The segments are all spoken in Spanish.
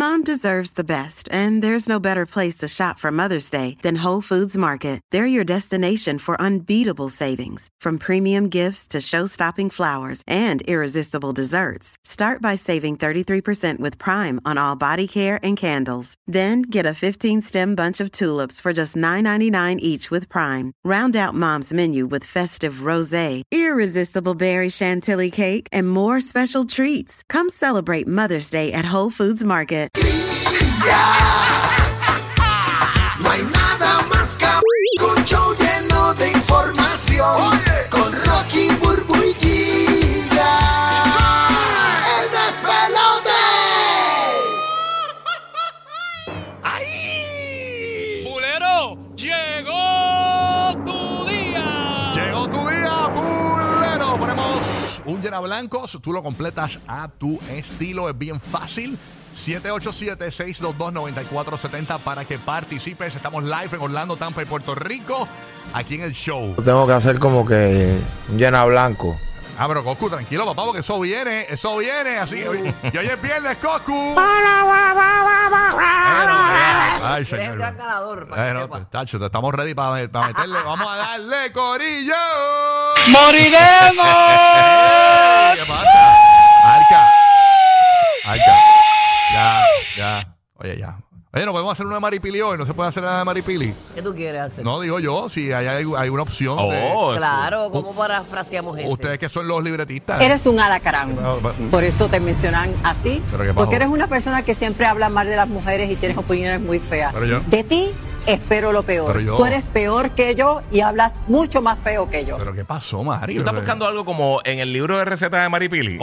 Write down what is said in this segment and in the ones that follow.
Mom deserves the best, and there's no better place to shop for Mother's Day than Whole Foods Market. They're your destination for unbeatable savings, from premium gifts to show-stopping flowers and irresistible desserts. Start by saving 33% with Prime on all body care and candles. Then get a 15-stem bunch of tulips for just $9.99 each with Prime. Round out Mom's menu with festive rosé, irresistible berry chantilly cake, and more special treats. Come celebrate Mother's Day at Whole Foods Market. No hay nada más que un show lleno de información. Con Rocky, Burbu y Giga. ¡El despelote! ¡Ay! ¡Bulero! ¡Llegó tu día! Llegó tu día, bulero. Ponemos un llena blancos. Tú lo completas a tu estilo. Es bien fácil. 787-622-9470 para que participes. Estamos live en Orlando, Tampa y Puerto Rico, aquí en el show. Tengo que hacer como que un llena blanco. Ah, pero Coscu, tranquilo, papá, porque eso viene así. Y hoy es viernes, Coscu. Ay, señor. Eres el gran ganador. Bueno, tacho, estamos ready para meterle. Vamos a darle, corillo. ¡Moriremos! ¿Qué pasa? Arca. Ya. Oye, ya. Oye, no podemos hacer una de Maripili hoy. No se puede hacer nada de Maripili. ¿Qué tú quieres hacer? No, digo yo, si hay alguna opción. Claro, ¿cómo parafraseamos eso? Ustedes que son los libretistas. Eres un alacrán. Por eso te mencionan así. ¿Pero qué pasó? Porque eres una persona que siempre habla mal de las mujeres y tienes opiniones muy feas. Pero yo- De ti espero lo peor. Pero yo- Tú eres peor que yo y hablas mucho más feo que yo. ¿Pero qué pasó, Mari? ¿Tú estás buscando algo como en el libro de recetas de Maripili?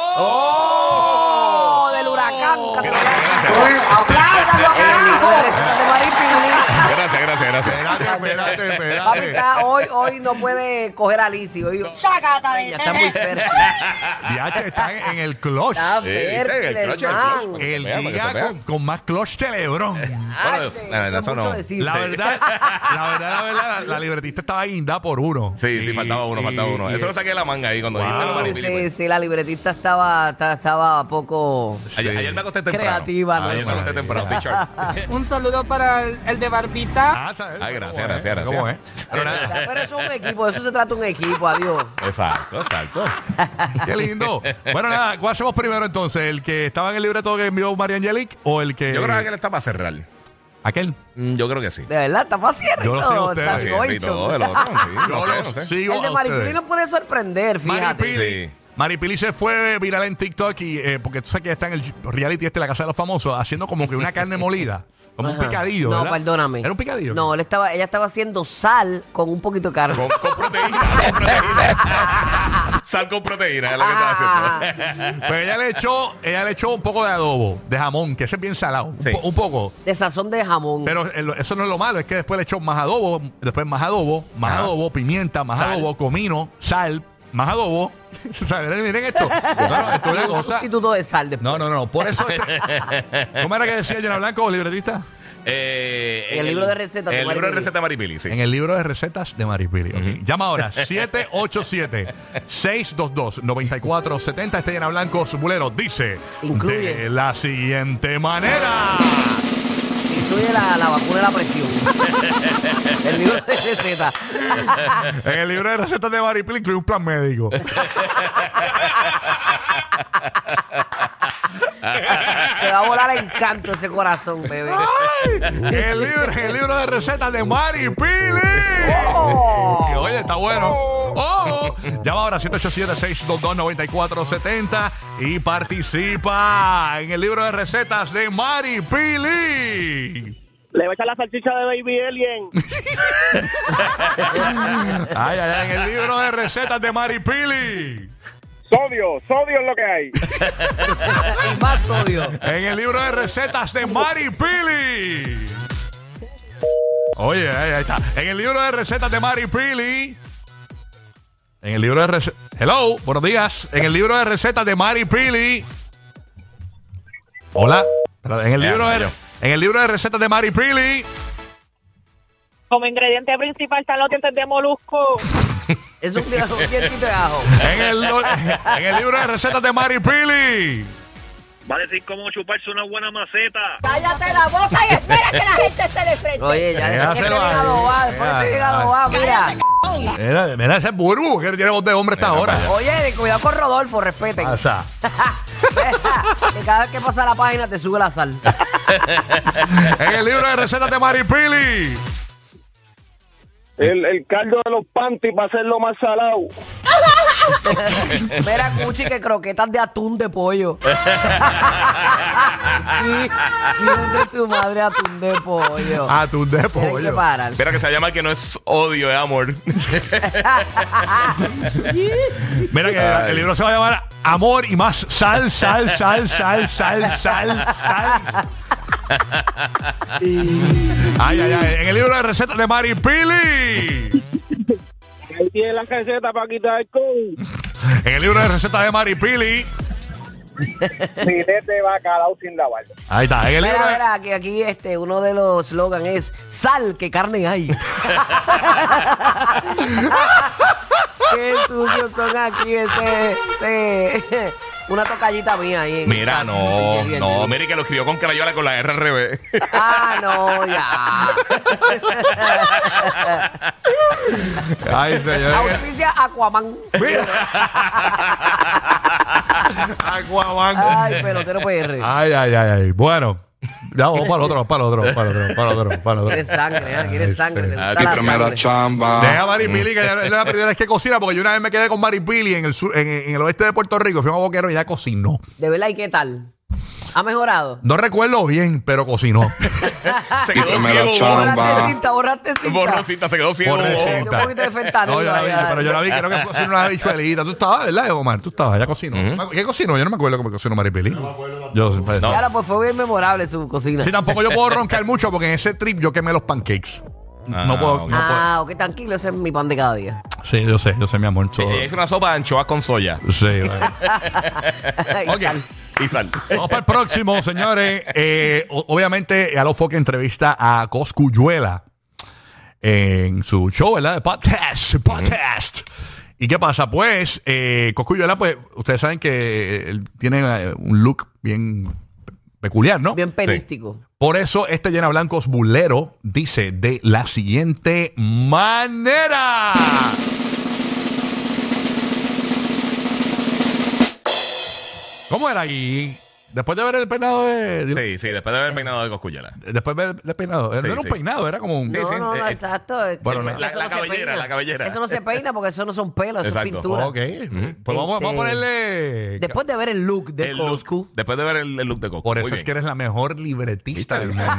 ¡Oh! Del huracán. Apláudalo, En el libro de recetas de Maripili. Gracias. Espérate. Papi hoy no puede coger a Lizzy. Hoy Chácata ya está muy fértil. DH está en el clutch. Está Sí, fértil, el clutch, hermano. El Para que se día vean. con más clutch que LeBron. Ay, Bueno, sí, eso eso es no. mucho decir. La verdad, la libretista estaba guindada por uno. Sí, faltaba uno. Eso lo saqué de la manga ahí cuando dijiste lo Maripili. Sí, pues. sí, la libretista estaba poco Ayer me acosté temprano. creativa, ¿no? Ayer me acosté temprano. Un saludo para el de Barbita. Ay, gracias. ¿Cómo es? Pero nada, Pero eso es un equipo, de eso se trata un equipo, adiós. Exacto. qué lindo. Bueno, nada, ¿cuál hacemos primero entonces? ¿El que estaba en el libreto que envió María Angelic o el que...? Yo creo que él está para cerrar. ¿Aquel? Yo creo que sí. De verdad, está fácil. Yo lo sé a ustedes. Sí, Está todo el otro, sí. No sé. sigo El de a Maripili ustedes. nos puede sorprender, fíjate. Maripili. Sí. Maripili se fue viral en TikTok y, porque tú sabes que ella está en el reality La Casa de los Famosos, haciendo como que una carne molida. Como un Ajá. picadillo, No, ¿verdad? perdóname. ¿Era un picadillo? No, ella estaba haciendo sal con un poquito de carne. Con proteína. Sal con proteína es lo que está haciendo. Pues ella le echó un poco de adobo, de jamón, que ese es bien salado. Sí. Un poco. De sazón de jamón. Pero eso no es lo malo, es que después le echó más adobo, después más adobo, Ajá. pimienta, más Sal. adobo, comino, sal, más adobo. O sea, miren esto. Bueno, esto es una un cosa. sustituto de sal después. No. Por eso. ¿Cómo era que decía Llena Blanco, libretista? En el libro de recetas de El libro de Maripili. recetas de Maripili, sí. En el libro de recetas de Maripili. Ok. Llama ahora 787-622-9470. Este Llena Blanco, su bulero, dice Incluye. de la siguiente manera. Incluye la vacuna de la presión. El libro de recetas. En el libro de recetas de Maripili incluye un plan médico. Te va a volar el encanto ese corazón, bebé. En el libro de recetas de Maripili. Que, oye, está bueno. Llama ahora 787-622-9470 y participa en el libro de recetas de Maripili. Le voy a echar la salchicha de Baby Alien. Ay, en el libro de recetas de Maripili. Sodio es lo que hay. Y más sodio. En el libro de recetas de Maripili. Oye, ahí está. En el libro de recetas de Maripili. En el libro de recetas. Hello, buenos días. En el libro de recetas de Maripili. Hola. En el libro de recetas de Maripili. Como ingrediente principal están los dientes de molusco. Es un dientito de ajo. En el libro de recetas de Maripili. Va a decir cómo chuparse una buena maceta. Cállate la boca y espera que la gente esté de frente. Oye, ya después que Déjaselo este hígado ahí. va, después que este hígado va, mira. Mira ese burbu que tiene voz de hombre esta hora. Oye, cuidado con Rodolfo, respeten. O sea, Que cada vez que pasa la página te sube la sal. en el libro de recetas de Mari Pili. El caldo de los panties va a hacerlo más salado. Mira, Cuchi, que croquetas de atún de pollo. y de su madre atún de pollo. Atún de Tienen que pollo. parar. Espera que se llama que no es odio, es amor. Mira que el libro se va a llamar Amor y más sal, sal, sal, sal, sal, sal, sal. Ay, ay, ay. En el libro de recetas de Mari Pili. Ahí tiene la receta para quitar el COVID. En el libro de recetas de Mari Pili. Filete de bacalao sin lavar. Ahí está. En el libro de... Mira, que aquí uno de los slogans es sal, que carne hay. Qué sucios son aquí, una tocallita mía ahí. Mira, no, mire que lo escribió con crayola con la R al revés. Ah, no, ya. Ay, señor. Auspicia Aquaman. Mira. Aquaman. Ay, pelotero PR. Ay, ay, ay, ay. Bueno. Ya vamos para el otro. Quieres sangre, quieres sangre. Te gusta qué la Primera sangre. chamba. Deja a Mari Pili, que es la primera vez que cocina, porque yo una vez me quedé con Mari Pili en el sur, en el oeste de Puerto Rico. Fui a Boquero y ya cocinó. De verdad, ¿y qué tal? ¿Ha mejorado? No recuerdo bien, pero cocinó. Se quedó Primera ciego. chamba. Borraste cinta. Borrosita, se quedó ciego. Borrecita. Un poquito de fentanilo. No, yo la vi, ahí, pero yo la vi, creo que cocinó una bichuelita. Tú estabas, ¿verdad, Omar? Tú estabas, ya cocinó. ¿Qué cocinó? Yo no me acuerdo cómo cocinó Mari Pili. Yo, pues, No. Claro, pues fue bien memorable su cocina. Sí, tampoco yo puedo roncar mucho porque en ese trip yo quemé los pancakes. No puedo. ok. No puedo. Ok, tranquilo, ese es mi pan de cada día. Sí, yo sé, mi amor. Ella hizo una sopa de anchoas con soya. Sí, bueno. Y Ok. sal. Y sal. Vamos para el próximo, señores. Obviamente, Alo Foque entrevista a Cosculluela en su show, ¿verdad? De podcast. ¿Y qué pasa? Pues, Cosculluela, pues, ustedes saben que él tiene un look bien peculiar, ¿no? Bien penístico. Por eso, este Llena Blancos bulero dice de la siguiente manera. ¿Cómo era ahí? Después de ver el peinado de... Sí, después de haber peinado de Cosculluela. Después de ver el peinado. No era un peinado, era como un... Sí, sí. No, exacto. Bueno, Que la eso cabellera, se peina. la cabellera. Eso no se peina porque eso no son pelos, eso es Exacto. pintura. Ok. Pues vamos a ponerle... Después de ver el look de El look, Coscu. después de ver el look de Coscu. Por eso Muy es bien. que eres la mejor libretista del mundo.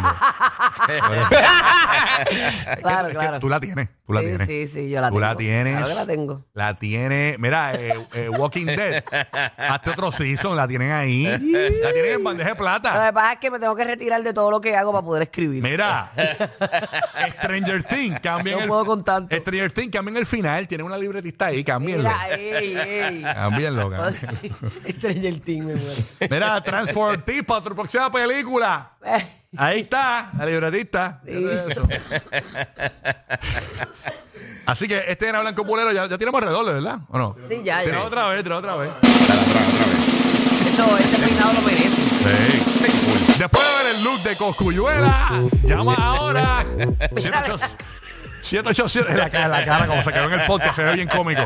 Claro, Es que claro. tú la tienes. Tú la tienes. Sí, yo la Tú tengo. la tienes. Claro que la tengo. La tiene. Mira, Walking Dead. Hazte otro season. La tienen ahí. La tienen en bandeja de Lo plata. que pasa es que me tengo que retirar de todo lo que hago para poder escribir. Mira. Stranger Things. Cambien No puedo con tanto. Stranger Things. Cambien el final. Tienen una libretista ahí. Cámbienlo. Mira, ey. Cámbienlo. Stranger Things, me muero. Mira, Transform Tips para tu próxima película. Ahí está, la libretista. Fíjate eso. Así que este Llena Blanco Bulero ya tenemos redoble, ¿verdad? ¿O no? Sí, ya. Tira otra vez. Otra vez. Eso, ese peinado lo merece. Sí. Después de ver el look de Cosculluela, llama ahora. 787 la cara como se quedó en el podcast, se ve bien cómico.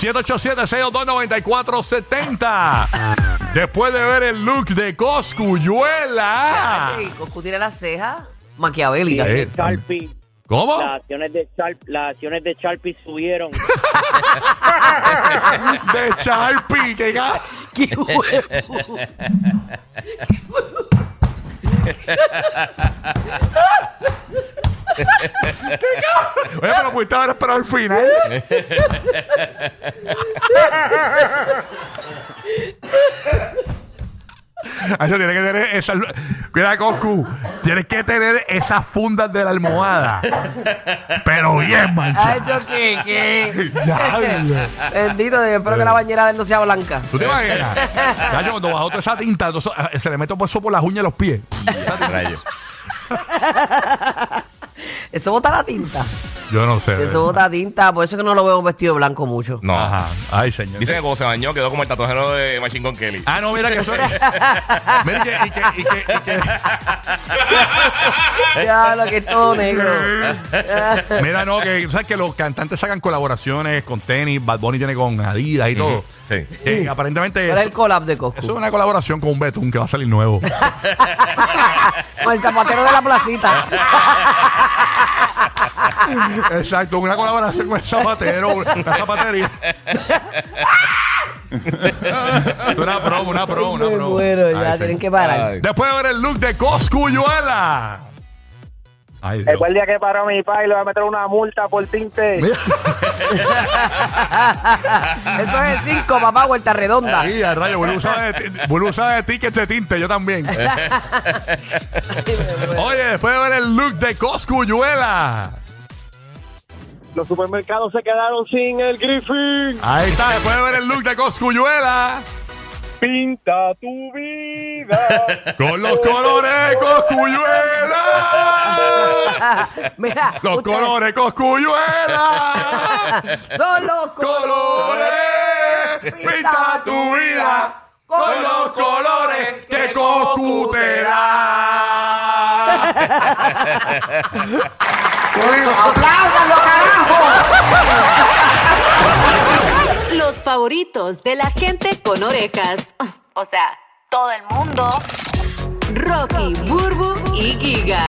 787-622-9470. Después de ver el look de Cosculluela. Ay, Coscu tiene las cejas maquiavélicas. Sharpie. ¿Cómo? Las acciones de Sharpie subieron. De Sharpie, que ¡Qué huevo! Oye, pero pudiste haber esperado al final. Eso tiene que tener esa. Cuidado, Coscu. Tienes que tener esas fundas de la almohada. Pero bien, ¿Ha mancha. hecho qué? Diablo. Bendito, yo espero que la bañera de él no sea blanca. ¿Tú te imaginas? Cacho, cuando bajó toda esa tinta, todo eso, se le mete eso por las uñas de los pies. Rayo. Eso bota la tinta. Yo no sé. Eso bota tinta, por eso es que no lo veo vestido de blanco mucho. No. Ajá. Ay, señor. Dicen que cuando se bañó quedó como el tatuajero de Machine Gun Kelly. Ah, no, mira que eso es. Mira que. Ya, lo que es todo negro. Mira, no, que sabes que los cantantes sacan colaboraciones con tenis, Bad Bunny tiene con Adidas y todo. Sí. Aparentemente ¿Cuál es el collab de Coscu? eso es una colaboración con un Betún que va a salir nuevo. Con el zapatero de la placita. Exacto, una colaboración con el zapatero, una zapatería. Una promo. Bueno, ya Ay, tienen sí. que parar. Ay. Después de ver el look de Coscuyuela. Ay, El Dios. guardia que paró a mi padre le va a meter una multa por tinte. Mira. Eso es 5, papá, vuelta redonda. Ahí, a rayo, vuelvo a usar de tickets de tinte, yo también. Oye, después de ver el look de Coscuyuela. Los supermercados se quedaron sin el Griffin. Ahí está, después de ver el look de Coscuyuela. Pinta tu vida. Con los colores de Coscuyuela. Mira, Los ustedes- colores Coscuyuela. son los Colores. Pinta tu vida. Con los colores que Coscu te da. ¡Apláudanlo, carajo! Los favoritos de la gente con orejas. O sea, todo el mundo. Rocky, Burbu y Giga.